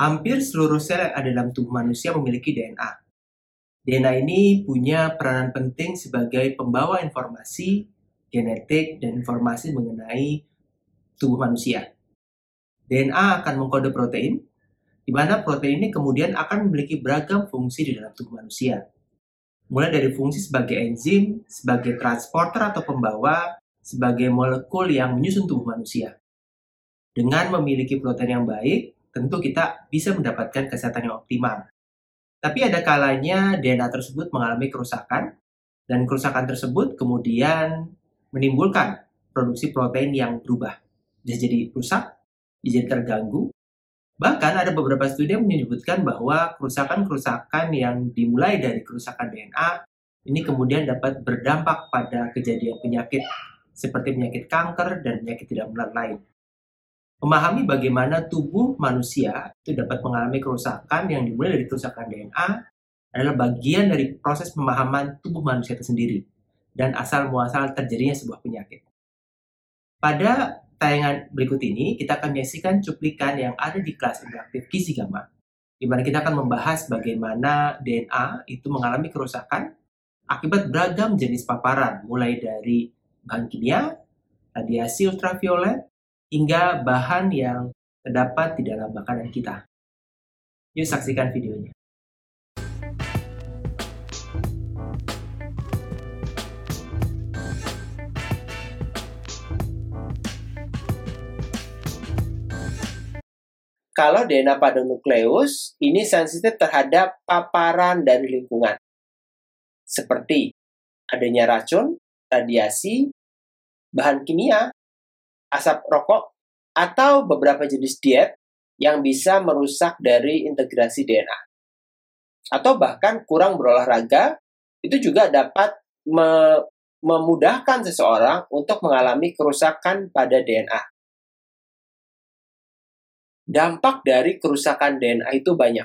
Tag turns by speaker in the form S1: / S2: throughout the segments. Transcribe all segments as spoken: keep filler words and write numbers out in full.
S1: Hampir seluruh sel yang ada dalam tubuh manusia memiliki D N A. D N A ini punya peranan penting sebagai pembawa informasi genetik dan informasi mengenai tubuh manusia. D N A akan mengkode protein, di mana protein ini kemudian akan memiliki beragam fungsi di dalam tubuh manusia. Mulai dari fungsi sebagai enzim, sebagai transporter atau pembawa, sebagai molekul yang menyusun tubuh manusia. Dengan memiliki protein yang baik, tentu kita bisa mendapatkan kesehatan yang optimal. Tapi ada kalanya D N A tersebut mengalami kerusakan, dan kerusakan tersebut kemudian menimbulkan produksi protein yang berubah. Bisa jadi rusak, bisa jadi terganggu. Bahkan ada beberapa studi yang menyebutkan bahwa kerusakan-kerusakan yang dimulai dari kerusakan D N A ini kemudian dapat berdampak pada kejadian penyakit seperti penyakit kanker dan penyakit tidak menular lain. Memahami bagaimana tubuh manusia itu dapat mengalami kerusakan yang dimulai dari kerusakan D N A adalah bagian dari proses pemahaman tubuh manusia itu sendiri dan asal-muasal terjadinya sebuah penyakit. Pada tayangan berikut ini, kita akan menyaksikan cuplikan yang ada di kelas interaktif Gizi Gamma, di mana kita akan membahas bagaimana D N A itu mengalami kerusakan akibat beragam jenis paparan, mulai dari bahan kimia, radiasi ultraviolet, hingga bahan yang terdapat di dalam makanan kita. Yuk saksikan videonya. Kalau D N A pada nukleus, ini sensitif terhadap paparan dari lingkungan. Seperti adanya racun, radiasi, bahan kimia, asap rokok, atau beberapa jenis diet yang bisa merusak dari integrasi D N A. Atau bahkan kurang berolahraga, itu juga dapat me- memudahkan seseorang untuk mengalami kerusakan pada D N A. Dampak dari kerusakan D N A itu banyak.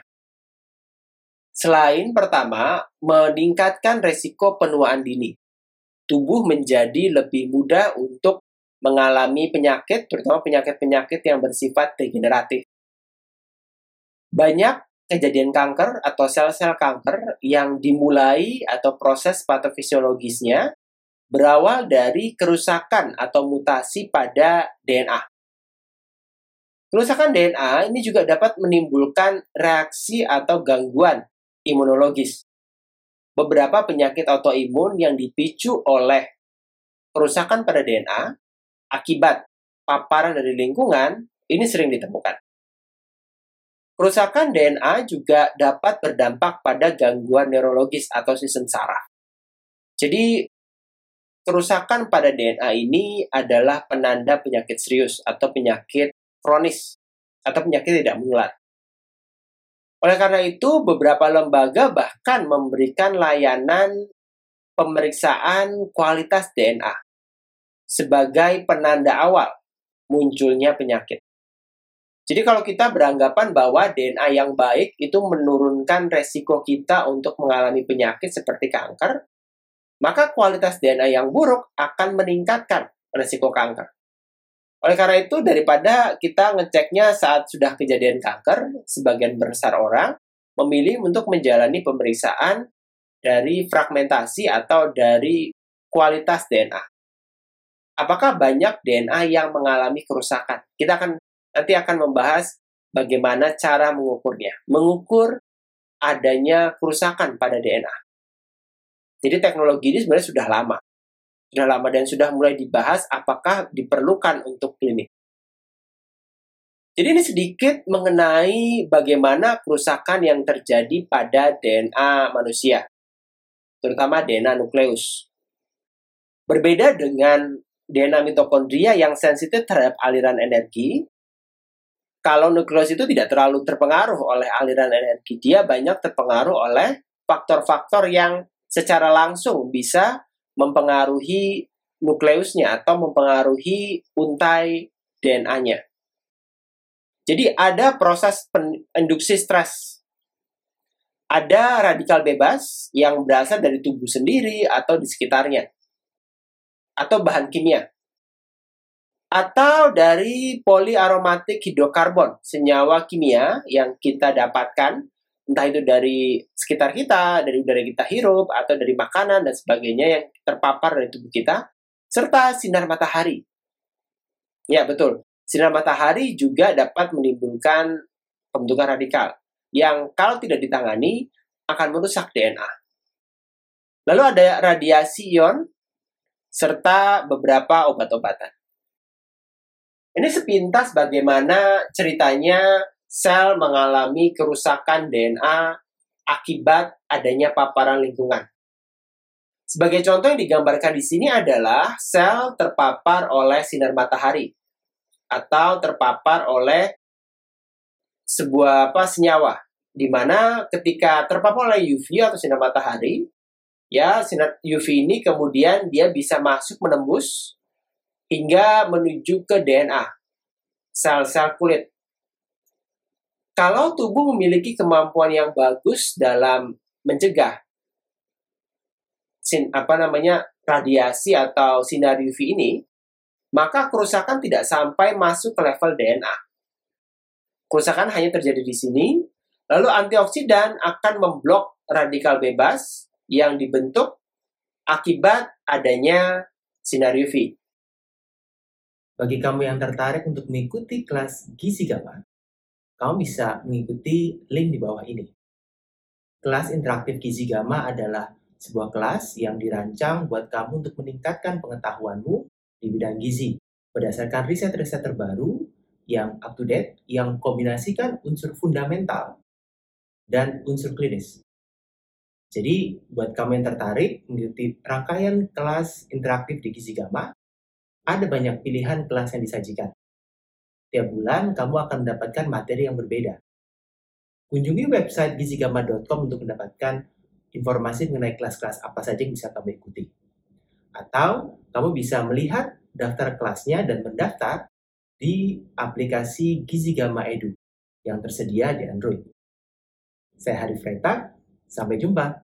S1: Selain pertama, meningkatkan resiko penuaan dini. Tubuh menjadi lebih mudah untuk mengalami penyakit, terutama penyakit-penyakit yang bersifat degeneratif. Banyak kejadian kanker atau sel-sel kanker yang dimulai atau proses patofisiologisnya berawal dari kerusakan atau mutasi pada D N A. Kerusakan D N A ini juga dapat menimbulkan reaksi atau gangguan imunologis. Beberapa penyakit autoimun yang dipicu oleh kerusakan pada D N A akibat paparan dari lingkungan, ini sering ditemukan. Kerusakan D N A juga dapat berdampak pada gangguan neurologis atau sistem saraf. Jadi, kerusakan pada D N A ini adalah penanda penyakit serius atau penyakit kronis atau penyakit tidak menular. Oleh karena itu, beberapa lembaga bahkan memberikan layanan pemeriksaan kualitas D N A sebagai penanda awal munculnya penyakit. Jadi kalau kita beranggapan bahwa D N A yang baik itu menurunkan resiko kita untuk mengalami penyakit seperti kanker, maka kualitas D N A yang buruk akan meningkatkan resiko kanker. Oleh karena itu, daripada kita ngeceknya saat sudah kejadian kanker, sebagian besar orang memilih untuk menjalani pemeriksaan dari fragmentasi atau dari kualitas D N A. Apakah banyak D N A yang mengalami kerusakan? Kita akan nanti akan membahas bagaimana cara mengukurnya. Mengukur adanya kerusakan pada D N A. Jadi teknologi ini sebenarnya sudah lama. Sudah lama dan sudah mulai dibahas apakah diperlukan untuk klinik. Jadi ini sedikit mengenai bagaimana kerusakan yang terjadi pada D N A manusia, terutama D N A nukleus. Berbeda dengan D N A mitokondria yang sensitif terhadap aliran energi, kalau nukleus itu tidak terlalu terpengaruh oleh aliran energi, dia banyak terpengaruh oleh faktor-faktor yang secara langsung bisa mempengaruhi nukleusnya atau mempengaruhi untai D N A-nya. Jadi ada proses induksi stres. Ada radikal bebas yang berasal dari tubuh sendiri atau di sekitarnya. Atau bahan kimia. atau dari poliaromatik hidrokarbon, senyawa kimia yang kita dapatkan, entah itu dari sekitar kita, dari udara kita hirup, atau dari makanan dan sebagainya yang terpapar dari tubuh kita, serta sinar matahari. Ya, betul. Sinar matahari juga dapat menimbulkan pembentukan radikal, yang kalau tidak ditangani, akan merusak D N A. Lalu ada radiasi ion, serta beberapa obat-obatan. Ini sepintas bagaimana ceritanya sel mengalami kerusakan D N A akibat adanya paparan lingkungan. Sebagai contoh yang digambarkan di sini adalah sel terpapar oleh sinar matahari atau terpapar oleh sebuah apa senyawa, di mana ketika terpapar oleh U V atau sinar matahari, ya sinar U V ini kemudian dia bisa masuk menembus hingga menuju ke D N A, sel-sel kulit. Kalau tubuh memiliki kemampuan yang bagus dalam mencegah sin, apa namanya radiasi atau sinar U V ini, maka kerusakan tidak sampai masuk ke level D N A. Kerusakan hanya terjadi di sini, lalu antioksidan akan memblok radikal bebas yang dibentuk akibat adanya sinar U V.
S2: Bagi kamu yang tertarik untuk mengikuti kelas Gizi Gamma, kamu bisa mengikuti link di bawah ini. Kelas interaktif Gizi Gamma adalah sebuah kelas yang dirancang buat kamu untuk meningkatkan pengetahuanmu di bidang gizi berdasarkan riset-riset terbaru yang up to date, yang kombinasikan unsur fundamental dan unsur klinis. Jadi, buat kamu yang tertarik mengikuti rangkaian kelas interaktif di Gizi Gamma, ada banyak pilihan kelas yang disajikan. Tiap bulan, kamu akan mendapatkan materi yang berbeda. Kunjungi website gizigamma dot com untuk mendapatkan informasi mengenai kelas-kelas apa saja yang bisa kamu ikuti. Atau, kamu bisa melihat daftar kelasnya dan mendaftar di aplikasi Gizi Gamma Edu yang tersedia di Android. Saya Harif Reta, sampai jumpa.